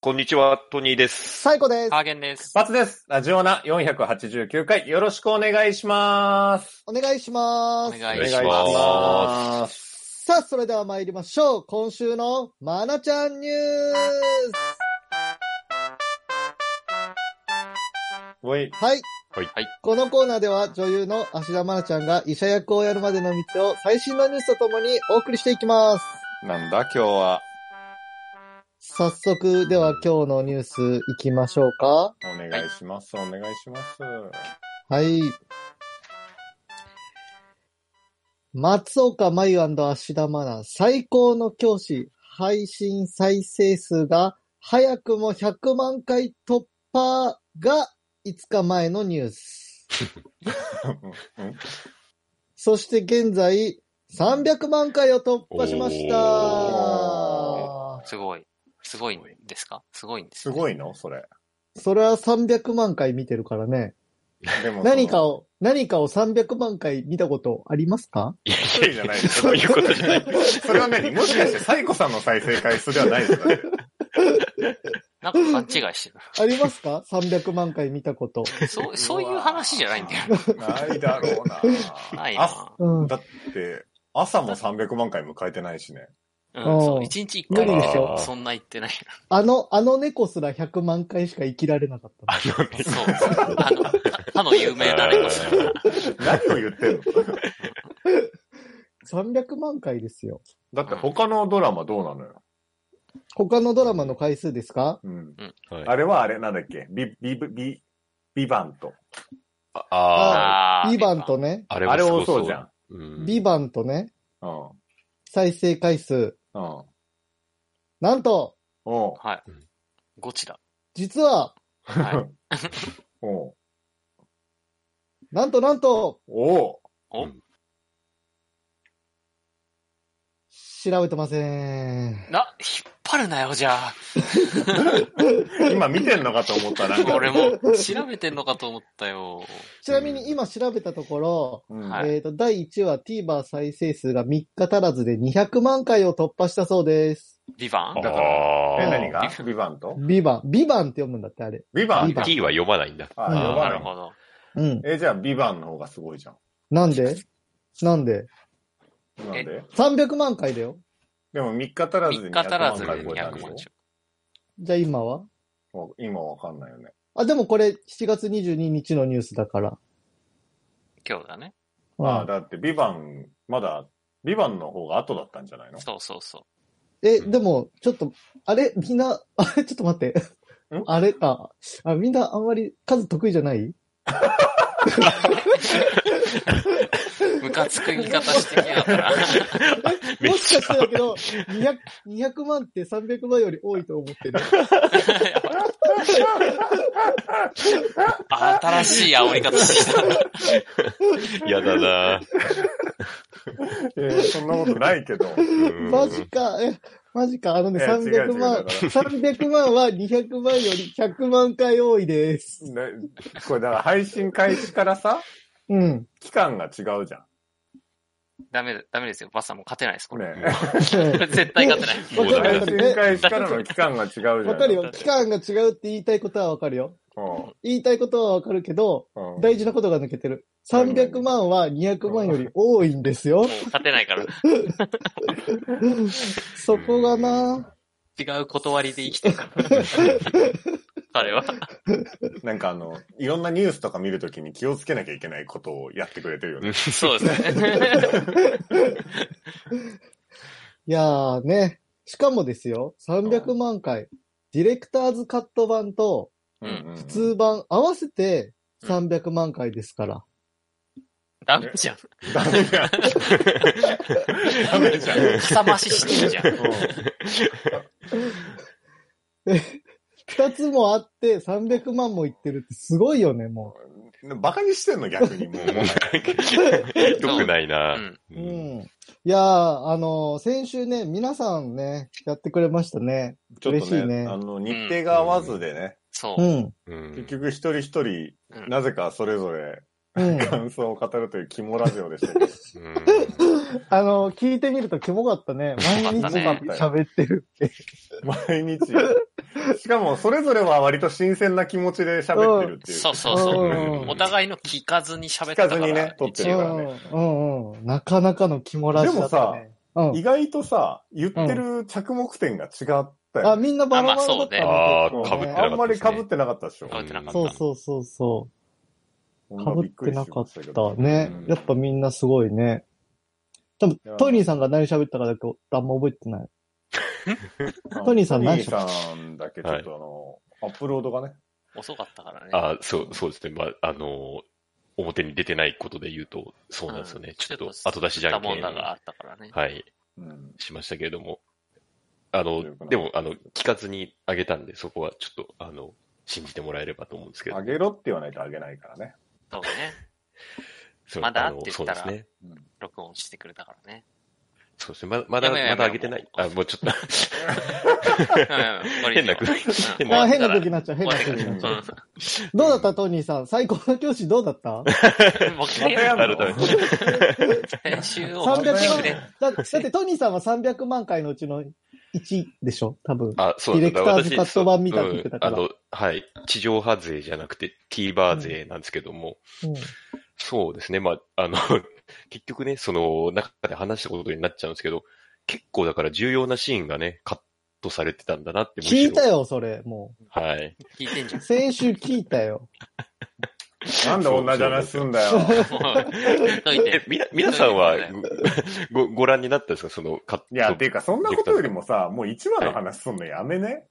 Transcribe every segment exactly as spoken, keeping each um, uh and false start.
こんにちは、トニーです。 サイコです。 ハーゲンです。 バツです。ラジオナよんひゃくはちじゅうきゅうかい、よろしくお願いします。 お願いします。 お願いします。 さあ、それでは参りましょう。今週のまなちゃんニュース。 おい。 はい。 はい。 このコーナーでは女優の芦田愛菜ちゃんが医者役をやるまでの道を最新のニュースとともにお送りしていきます。 なんだ今日は。 早速、では今日のニュースいきましょうか。 お願いします、はい、お願いします。 はい。松岡茉優&芦田愛菜、最高の教師、配信再生数が早くもひゃくまんかい突破がいつかまえのニュース。そして現在さんびゃくまんかいを突破しました。 すごい。すごいんですか？すごいんです、 ね。すごいのそれ。 それはさんびゃくまんかい見てるからね。 でも何かを、何かをさんびゃくまんかい見たことありますか？ いやいやじゃないです。そういうことじゃない。それは何？もしかしてサイコさんの再生回数ではないですかね。 なんか勘違いしてる。 ありますか ?さんびゃくまんかい見たこと。 そう、そういう話じゃないんだよ。 ないだろうな。 ないな、 うん。だって、朝もさんびゃくまんかい迎えてないしね。 うん、そう、一日一回でしょ。そんな言ってない。 あの、あの猫すらひゃくまんかいしか生きられなかった。 あの猫。そうそう。あの、他の有名な猫すら。 何を言ってんのさんびゃくまんかいですよ。 だって他のドラマどうなのよ。 他のドラマの回数ですか？ うん。はい、あれはあれなんだっけビ、ビ、ビ、ビバント。 ああ。ビバントね。 あれは多そうじゃん。 うん、ビバントね。 うん。 再生回数。 うん。 なんと。 おはい。ゴチだ。 実は。 はい。 おなんとなんと。 おお調べてません。 な、引っ張るなよ、じゃあ。 今見てんのかと思ったな。 俺も調べてんのかと思ったよ。 ちなみに今調べたところ、 うん、 えっと、だいいちわ TVer 再生数がみっか足らずでにひゃくまんかいを突破したそうです。 ビバンだから、え、何がビバンとビバン。ビバンって読むんだって、あれ。 ビバン ?T は読まないんだ。 あ、読まない。 なるほど。 うん。 え、じゃあビバンの方がすごいじゃん。 なんでなんでなんで ? さんびゃくまんかいだよ。 でもみっか足らずでにひゃくまんかい超えたんでしょ。 みっか足らずでにひゃくまんでしょ。 じゃあ今は今わかんないよね。 あ、でもこれしちがつにじゅうににちのニュースだから。 今日だね。 ああ、だってビバン、まだ、ビバンの方が後だったんじゃないの？ そうそうそう。 え、でも、ちょっと、あれみんな、あれちょっと待って。あれか。あ、みんなあんまり数得意じゃないムカつく言い方してきやがったな。 もしかしてだけど、にひゃく、にひゃくまんってさんびゃくまんより多いと思ってる。 新しい煽り方してきた。やだなえー、そんなことないけど。 マジか。え、マジか。あのね、さんびゃくまん、さんびゃくまんはにひゃくまんよりひゃくまんかい多いです。 ね、これだから配信開始からさ、 うん。 期間が違うじゃん。 ダメ、ダメですよ。バスさんも勝てないです、これ。 ね、 絶対勝てない。 もうダメだ。配信開始からの期間が違うじゃん。 わかるよ。期間が違うって言いたいことはわかるよ。うん、言いたいことはわかるけど、うん、大事なことが抜けてる。さんびゃくまんはにひゃくまんより多いんですよ。 もう勝てないから。 そこがな。 違う断りで生きてるから。彼は。 なんかあの、いろんなニュースとか見るときに気をつけなきゃいけないことをやってくれてるよね。 そうですね。 いやーね。しかもですよ、さんびゃくまんかい。ディレクターズカット版と、普通版合わせてさんびゃくまんかいですから。 ダメじゃん。 ダメじゃん。ダメじゃん。 かさ増ししてるじゃん。 二つもあってさんびゃくまんもいってるってすごいよね、もう。バカにしてんの逆にもう。 よくないな、 うんうん。いやー、あのー、先週ね、皆さんね、やってくれましたね。ちょっとね、嬉しいね。 あの、日程が合わずでね。うん、 そう。 うん。 結局一人一人、うん、なぜかそれぞれ、感想を語るという肝ラジオでしたけど。 うん、あの、聞いてみるとキモかったね。毎日喋ってるって。 毎日。 しかも、それぞれは割と新鮮な気持ちで喋ってるっていう。 そうそうそうう。 んお互いの聞かずに喋っ聞かてたから。 ずにね、撮ってるからね。 うんうん。なかなかの肝ラジだったね。 意外とさ、言ってる着目点が違ったよ。 あ、みんなバラバラだったね。 あ、 結構ね被ってなかった。 あんまり被ってなかったでしょ。 被ってなかった。 そうそうそうそう。被ってなかったね。 うんやっぱみんなすごいね。多分、トニーさんが何喋ったかだけあんま覚えてない。トニーさん何トニーさんだけちょっとあの、アップロードがね。 遅かったからね。 あ、そう、そうですね。まあ、あの、表に出てないことで言うと、そうなんですよね。 うんちょっと後出しじゃんけん。 問題があったからね。 はい。 うんしましたけれども。あのよくない、 でも、あの、聞かずにあげたんで、そこはちょっと、あの、信じてもらえればと思うんですけど。 あげろって言わないとあげないからね。 そうね。 そうまだあのって言ったらそうですね。 録音してくれたからね。 そうですね。ままだ、 やめようやめようまだあげてない。あ、もうちょっと。 変変な空気変あ、 な変な時になっちゃう、変な時になっちゃう。どうだったトニーさん。最高の教師どうだったもう一回やる改めて編集をさんびゃくまんしてくれ。 だ。だってトニーさんはさんびゃくまん回のうちのいちでしょ多分。 あ、そうディレクターズ私カット版見たって言ってたから。 そううんあの、はい。地上波税じゃなくて TVer 税なんですけども、 うんそうですね。まあ、あの、結局ね、その中で話したことになっちゃうんですけど、結構だから重要なシーンがね、カットされてたんだなってむしろ聞いたよ、それ、もはい。 聞いてんじゃんう。。先週聞いたよ。 なんで同じ話すんだよ。 もう、どいてえ、。みな、皆さんはご、ご覧になったんですかそのカット。 いや、ていうか、そんなことよりもさ、もういちわの話すんのやめね。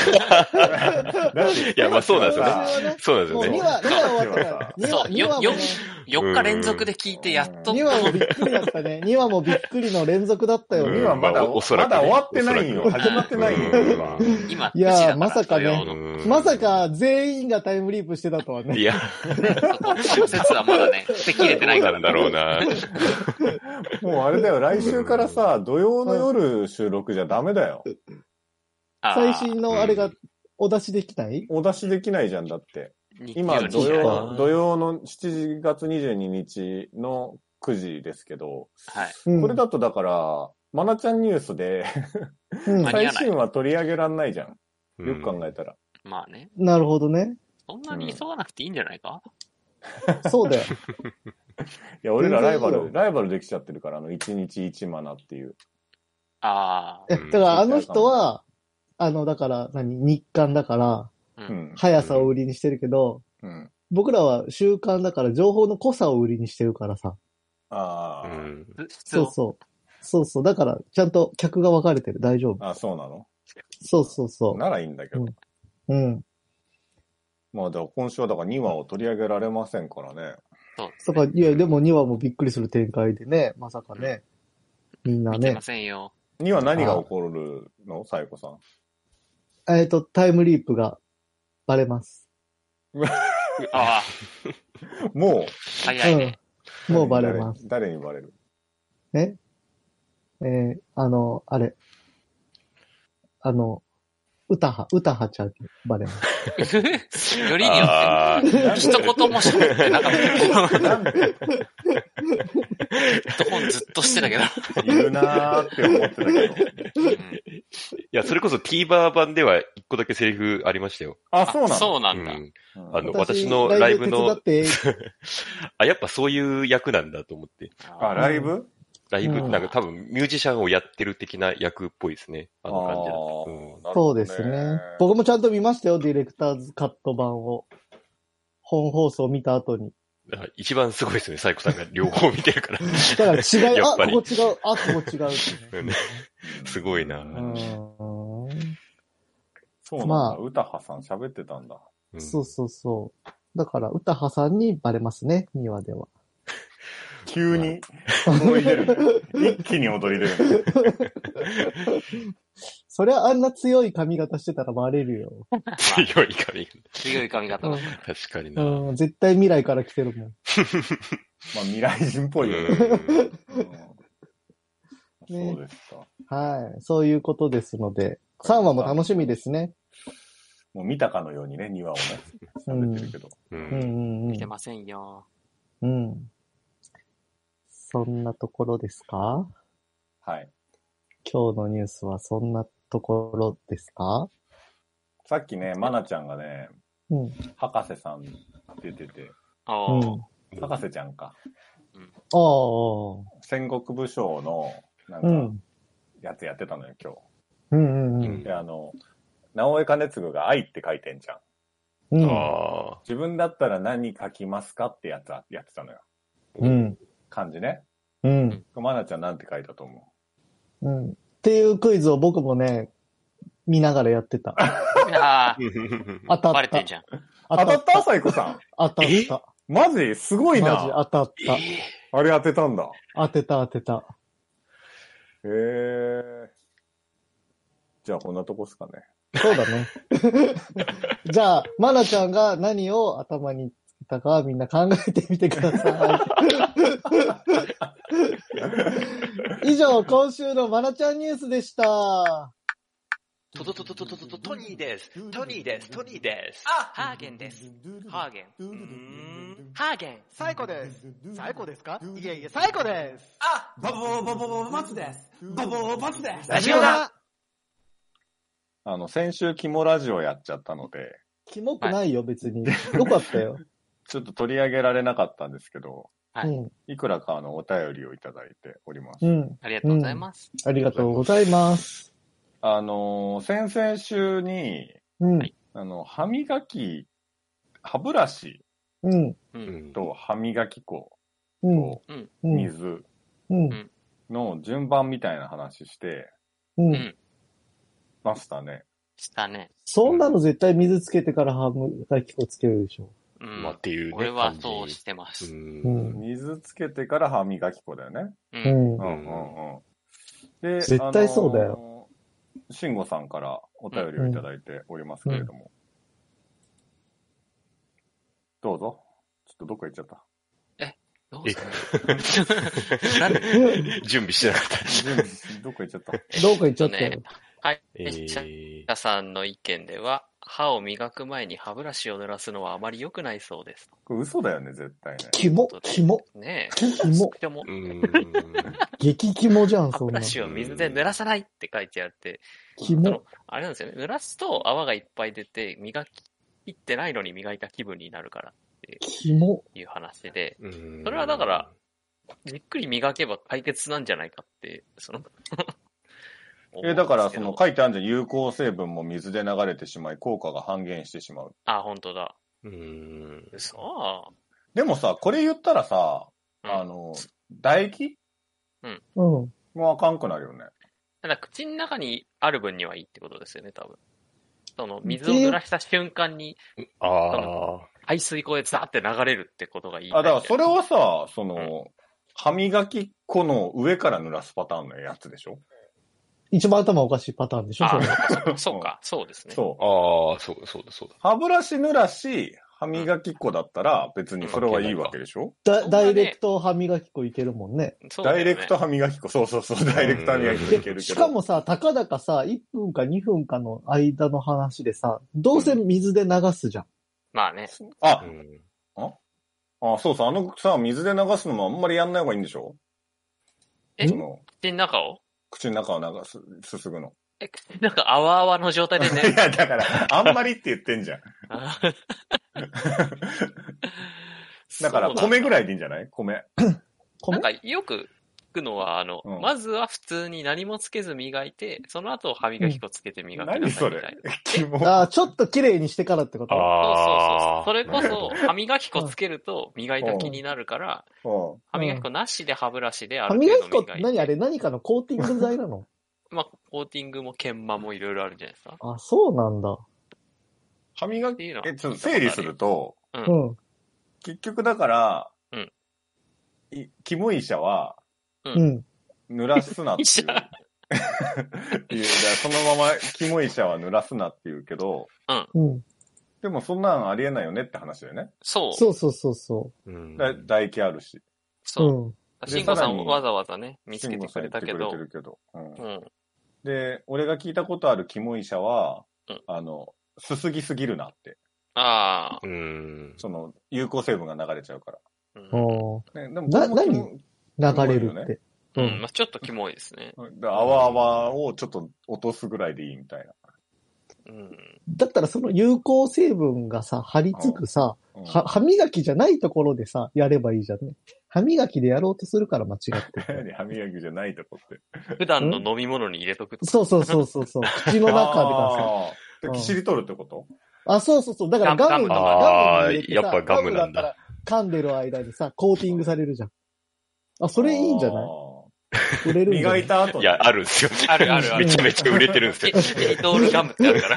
いや、まあそうなんですよさね。そうなんですもうよね。 にわ、にわ終わったから。にわ、 そうにわもよね、 よっか連続で聞いて、やっと。 にわもびっくりだったね。にわもびっくりの連続だったよ。 うんにわまだ、 まあおそらくねまだ終わってないよ。 おそらく始まってないよ、 うん今。 今、 いやーくじだらまさかね土曜のうんまさか全員がタイムリープしてたとはね。 いや、 そこ説はまだね、捨てきれてないからどうなんだろうな。 もうあれだよ、来週からさ、土曜の夜収録じゃダメだよ。 あー最新のあれがお出しできないお出しできないじゃん、だって。今、土日曜曜、土曜のしちがつにじゅうににちのくじですけど、 はい。 うんこれだとだから、まなちゃんニュースで、 うん間に合わない最新話取り上げらんないじゃん。よく考えたら。 まあね。 なるほどね。 そんなに急がなくていいんじゃないか、 そうだよ。 いや、俺らライバ全然いいよル、ライバルできちゃってるから、あの、いちにちいちマナっていう。 あえ、だからあの人は、あの、だから何、日刊だから、 あ。う。 うんん。 速さを売りにしてるけど、 うん。 僕らは習慣だから情報の濃さを売りにしてるからさ。 ああ、 うん。 普通そうそう。そうそう。だから、ちゃんと客が分かれてる。大丈夫。 あ、そうなのそうそうそならいいんだけど。 うんう。うん。 まあ、だから今週はだからにわを取り上げられませんからね。 そう。 そか、いや、でもにわもびっくりする展開でね、まさかね。みんなね見てま。せんよ。 にわ何が起こるのサイコさん。 えっと、タイムリープがバレます。 ああ、 もう、 早いね。 うん。もうバレます。 誰誰にバレるええー、あの、あれ。あの、歌は、歌はちゃんにバレます。 よりによあって、一言も喋ってなかった。 なんでヘッドホンずっとしてたけど。 いるなーって思ってたけど。 うんいや、それこそ TVer 版では一個だけセリフありましたよ。 あ、そうなのそうなんだ。 うんうんあの私のライブの手伝って。 あ、やっぱそういう役なんだと思って。 あ、ライブライブ、 うんなんか多分ミュージシャンをやってる的な役っぽいですね。あの感じだと。うんあーなるほどそうですね。僕もちゃんと見ましたよ、ディレクターズカット版を。本放送見た後に。 だから一番すごいですね、サイコさんが両方見てるから。 だから違い、あ、こやっぱりこ違う、あ、ここ違うってね。 ねすごいな。 うーん。 そうなんだ。 まあ歌羽さん喋ってたんだ。 うんそうそうそう。だから、歌羽さんにバレますね、にわでは。 急に踊り出るね。一気に踊り出るね。 そりゃあんな強い髪型してたらバレるよ。 強い髪。 強い髪型だ。 確かにな。 うん、絶対未来から来てるもん。 まあ未来人っぽいよね。 うんうんねそうですか。 はい。そういうことですので、さんわも楽しみですね。 もう見たかのようにね、にわをね、喋ってるけど。 ううんんうんうん見て。ませんよ。 うん。そんなところですか？ はい。 今日のニュースはそんなところですか？ さっきね、まなちゃんがね、 うん。 博士さん出てて、 あうん。 あ。 博士ちゃんか。 ああ。 戦国武将の、なんか、 うん。 やつやってたのよ、今うんうんう日。 ん。 で、あの、直江兼次が愛って書いてんじゃん。 うん。 ああ。 自分だったら何書きますかってやつやってたのよ。 うん。 漢字ね。 うん。 まなちゃんなんて書いたと思うん。っていうクイズを僕もね、見ながらやってた。 ああ、 当たった。 バレてんじゃん。 う？当たったサイコさん。 当たった。 マジすごいな。 マジ当たった。 あれ当てたんだ。 当てた当てた。 へえ。じゃあこんなとこっすかね。 そうだね。じゃあ、まなちゃんが何を頭につけたかみんな考えてみてください。以上、今週のまなちゃんニュースでした。 トトトトトトトトトニーです。トニーです。トニーです。 あ、ハーゲンです。ハーゲン。うーん、ハーゲン。 サイコです。サイコですか？いえいえ、サイコです。 あ、 バボーバボーバツです。バボーバツです。 ラジオだ。 あの、先週肝ラジオやっちゃったので、 キモくないよ、別に。よかったよ。 ちょっと取り上げられなかったんですけど、 はい。 うん。 いくらかあの、お便りをいただいております。 うん。 ありがとうございます。 ありがとうございます。 あのー、先々週に、 うん。 あの、歯磨き、歯ブラシうん。 うん。 と歯磨き粉うん。 とうん。 うん。 水うん。 の順番みたいな話してう。 うんん。 ましたね。 したね。 そんなの絶対水つけてから歯磨き粉つけるでしょ。 うん。 まあっていうね。 俺は感じそうしてまうす。 ん。 うん水つけてから歯磨き粉だよね。 う。 うんん。 うんうんうん。で、 絶対そうだよ。 あのー慎吾さんからお便りをいただいておりますけれども。どうぞ。ちょっとどこ行っちゃったどうするなんで準備してなかった。 どこ行っちゃったどうか言っちゃったよね。はい。 え社ー、 さんの意見では、歯を磨く前に歯ブラシを濡らすのはあまり良くないそうです。 これ嘘だよね、絶対ね。 キモ、キモ、 ねえ。 キモ、 でもう、ーん。 激キモじゃん、そんな歯ブラ。シを水で濡らさないって書いてあって、 キモその。あれなんですよね。濡らすと泡がいっぱい出て、磨き切ってないのに磨いた気分になるからってキモ。 いう話で、 うーんそれはだから、じっくり磨けば解決なんじゃないかって、そのえ、だから、そ思うんですけどの書いてあるじゃん。有効成分も水で流れてしまい、効果が半減してしまう。 あ、本当だ。 うーん。 嘘でもさ、これ言ったらさ、 うんあの、唾液うん。 もあかんくなるよね。 ただ口の中にある分にはいいってことですよね、多分。その水を濡らした瞬間にああ。 排水口へザーって流れるってことがいい。 あ、だからそれはさ、その、 うん歯磨き粉の上から濡らすパターンのやつでしょ一番頭おかしいパターンでしょ、そあれ。 あ、そうか、そうですね。 そう。 ああ、そうだ、そうだ、そうだ。 歯ブラシ濡らし、歯磨き粉だったら別にそれはいいわけでしょ、 ダそんなねダイレクト歯磨き粉いけるもんね。 そうだよねダイレクト歯磨き粉、そうそうそう、ダイレクト歯磨き粉いけるけど。 しかもさ、たかだかさ、いっぷんかにふんかの間の話でさ、どうせ水で流すじゃん。 まあね。 あう、ん。 あ、そうそう、あのさ、水で流すのもあんまりやんない方がいいんでしょえその、 口の中を口の中を流す、すすぐの。 え、口の中泡々の状態でいね。 や、だから、あんまりって言ってんじゃん。だから、米ぐらいでいいんじゃない米。 なんかよく聞くのは、あの、 うんまずは普通に何もつけず磨いて、その後歯磨き粉つけて磨きな何そさいみたいな。 れキモ。 ああ、ちょっと綺麗にしてからってことそうそうああ。 そう。それこそ、歯磨き粉つけると磨いた気になるから、 うん歯磨き粉なしで歯ブラシであ歯る磨き粉って程度磨いて。 何あれ何かのコーティング剤なのまあ、コーティングも研磨もいろいろあるんじゃないですか。 あ、そうなんだ。 歯磨き、 っていうのはえ、ちょっと整理すると、 う。 うんん。 結局だから、 うんいキモ医者は、 うん。 濡らすなっていう。 医者っていう、だからそのままキモ医者は濡らすなって言うけど、 うん。 でもそんなんありえないよねって話だよね。 そう。 そうそうそうそうん。 だ唾液あるし。 う。 そうう。 ん。 慎吾さんさらにわざわざね、見つけてくれたけど慎吾さん言ってくれてるけど。うんうん。 で、俺が聞いたことあるキモ医者は、 うんあの、すすぎすぎるなって。 ああ。 うん。 その、有効成分が流れちゃうから。 うんおーね、でもなこれもキモ流れるって。 う。 うんんまあちょっとキモいですね。 で泡泡をちょっと落とすぐらいでいいみたいな。 うん。 だったらその有効成分がさ、張り付くさ、 うんは、歯磨きじゃないところでさ、やればいいじゃんね。歯磨きでやろうとするから間違ってる。 何歯磨きじゃないとこって。 普段の飲み物に入れとくと。 そうそうそうそうそう。口の中でかさ。 あーでキシリ取るってこと？ あ、そうそうそう。だからガムに、 ガムあーガムに入れてさやっぱガムなんだガムだったら噛んでる間にさ、コーティングされるじゃん。あ、それいいんじゃない？売れるんじゃない磨いた後いや、あるんですよ。 あるあるあるめちゃめちゃ売れてるんですよ。 エリトールガムってあるから。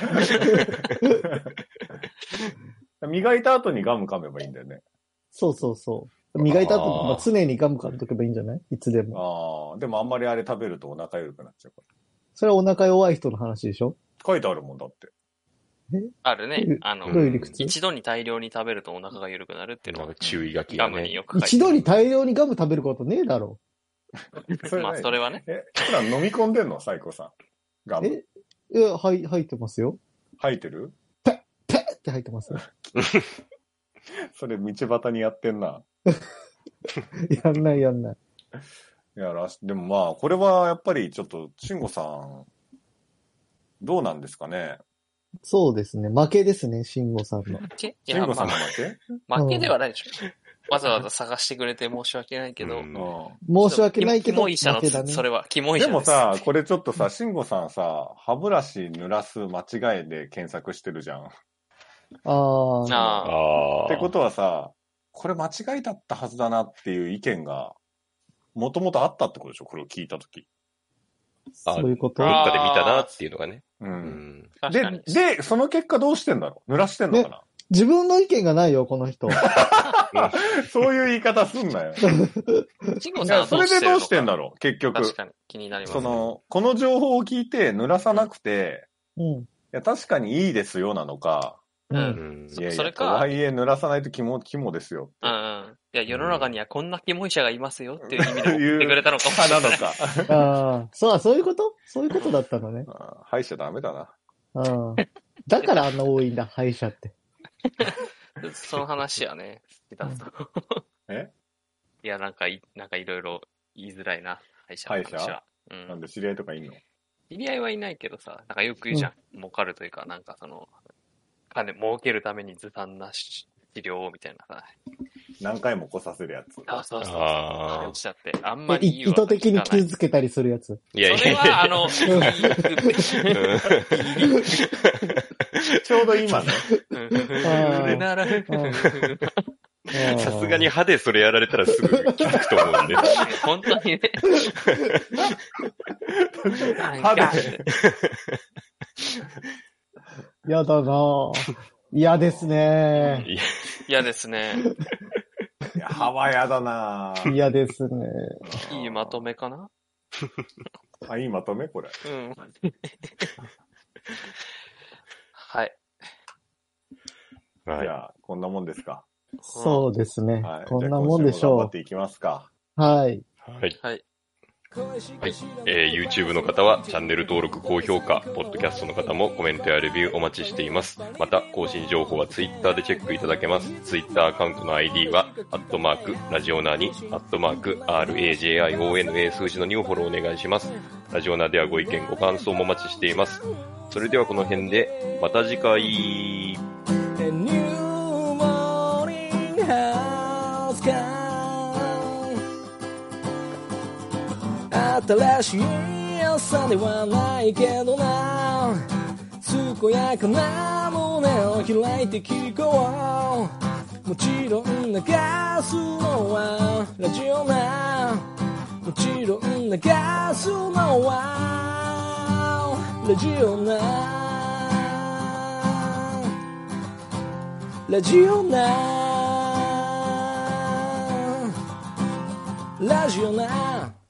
磨いた後にガム噛めばいいんだよね。 そうそうそう。磨いた後に、 あーまあ、常にガム噛んどけばいいんじゃない？いつでも。 ああ、でもあんまりあれ食べるとお腹緩くなっちゃうかそれはお腹弱い人の話でしょ？ ら。書いてあるもんだって。 あるね。あのどういう理屈？ 一度に大量に食べるとお腹が緩くなるっていうのはなんか注意書きがガムにね。 よく書いてある。 一度に大量にガム食べることねえだろ。 まあ、それはね。 え、普段飲み込んでんのサイコさん。ガム。 えいや、はい、入ってますよ。 吐いてる？ ペッって入ってますよ。 それ道端にやってんな。 やんないやんない。 いやらし、でもまあ、これはやっぱりちょっと、慎吾さん、どうなんですかね。 そうですね。負けですね、慎吾さんの。 負けいや、 慎吾さんまの負け？ あ、負けではないでしょ。わざわざ探してくれて申し訳ないけど。 うんう申し訳ないけど、 キモい社の負けだね。 それは、キモん。 い社です。 でもさ、これちょっとさ、慎吾さんさ、歯ブラシ濡らす間違いで検索してるじゃん。っああ。 ああ。 ああ。 てことはさ、これ間違いだったはずだなっていう意見が、もともとあったってことでしょ？これを聞いたとき。 あそういうことどっかで見たなっていうのがね。 う。 うんん。 確かにで、。で、その結果どうしてんだろう？濡らしてんのかな？ 自分の意見がないよ、この人。 そういう言い方すんなよ。 慎吾さんはそれでどうしてんだだろう？結局。 確かに気になりますね。 その、この情報を聞いて濡らさなくて、 うん。 いや、確かにいいですよなのか、 う。 うん。 うんん。 いやいや、 それかとはいえ濡らさないと肝、肝ですようんうん。いや、世の中にはこんなキモい者がいますよっていう意味でって送ってくれたのかもしれない。 派なのか。 ああ。そう、そういうことそういうことだったのね。 あー歯医者ダメだな。 うん。だからあんな多いんだ、歯医者って。 その話はね、好きだと。 えいや、なんかい、なんかいろいろ言いづらいな、歯医者の話は。うん。 なんで知り合いとかいんの？ 知り合いはいないけどさ、なんかよく言うじゃん。儲かるというか、なんかその、金儲けるためにずさんな治療みたいなさ。 何回も来させるやつ。 あ、そうそうそう。 あー落ちちゃって。あんえまりい意図的に傷傷つけたりするやつ。 いやいそれやいや。 は、あの、 ちょうど今ね。 売るなら、 さすがに歯でそれやられたらすぐ気づくと思うんで。 本当にね。 歯で。 やだなぁ。嫌ですねいや嫌ですね。 いや、歯はやだなぁ。 嫌ですね。 いいまとめかなあ、いいまとめこれ。 うん。はい。 はい。 じゃあ、こんなもんですか。 そうですね。 はい。 こんなもんでしじゃあ今週も頑張ょっていきますか。 う。はい。 はい。 はい。 はい。えー、YouTube の方はチャンネル登録、高評価、Podcast の方もコメントやレビューお待ちしています。また、更新情報は Twitter でチェックいただけます。Twitter アカウントの アイディー は、アットマーク、ラジオナに、アットマーク、アールエージェーアイオーエヌエー 数字のにをフォローお願いします。ラジオナではご意見、ご感想もお待ちしています。それではこの辺で、また次回。 A new morning has come 新しい朝ではないけどな健やかな胸を開いて聞こうもちろん流すのはラジオなもちろん流すのはラジオなラジオなラジオな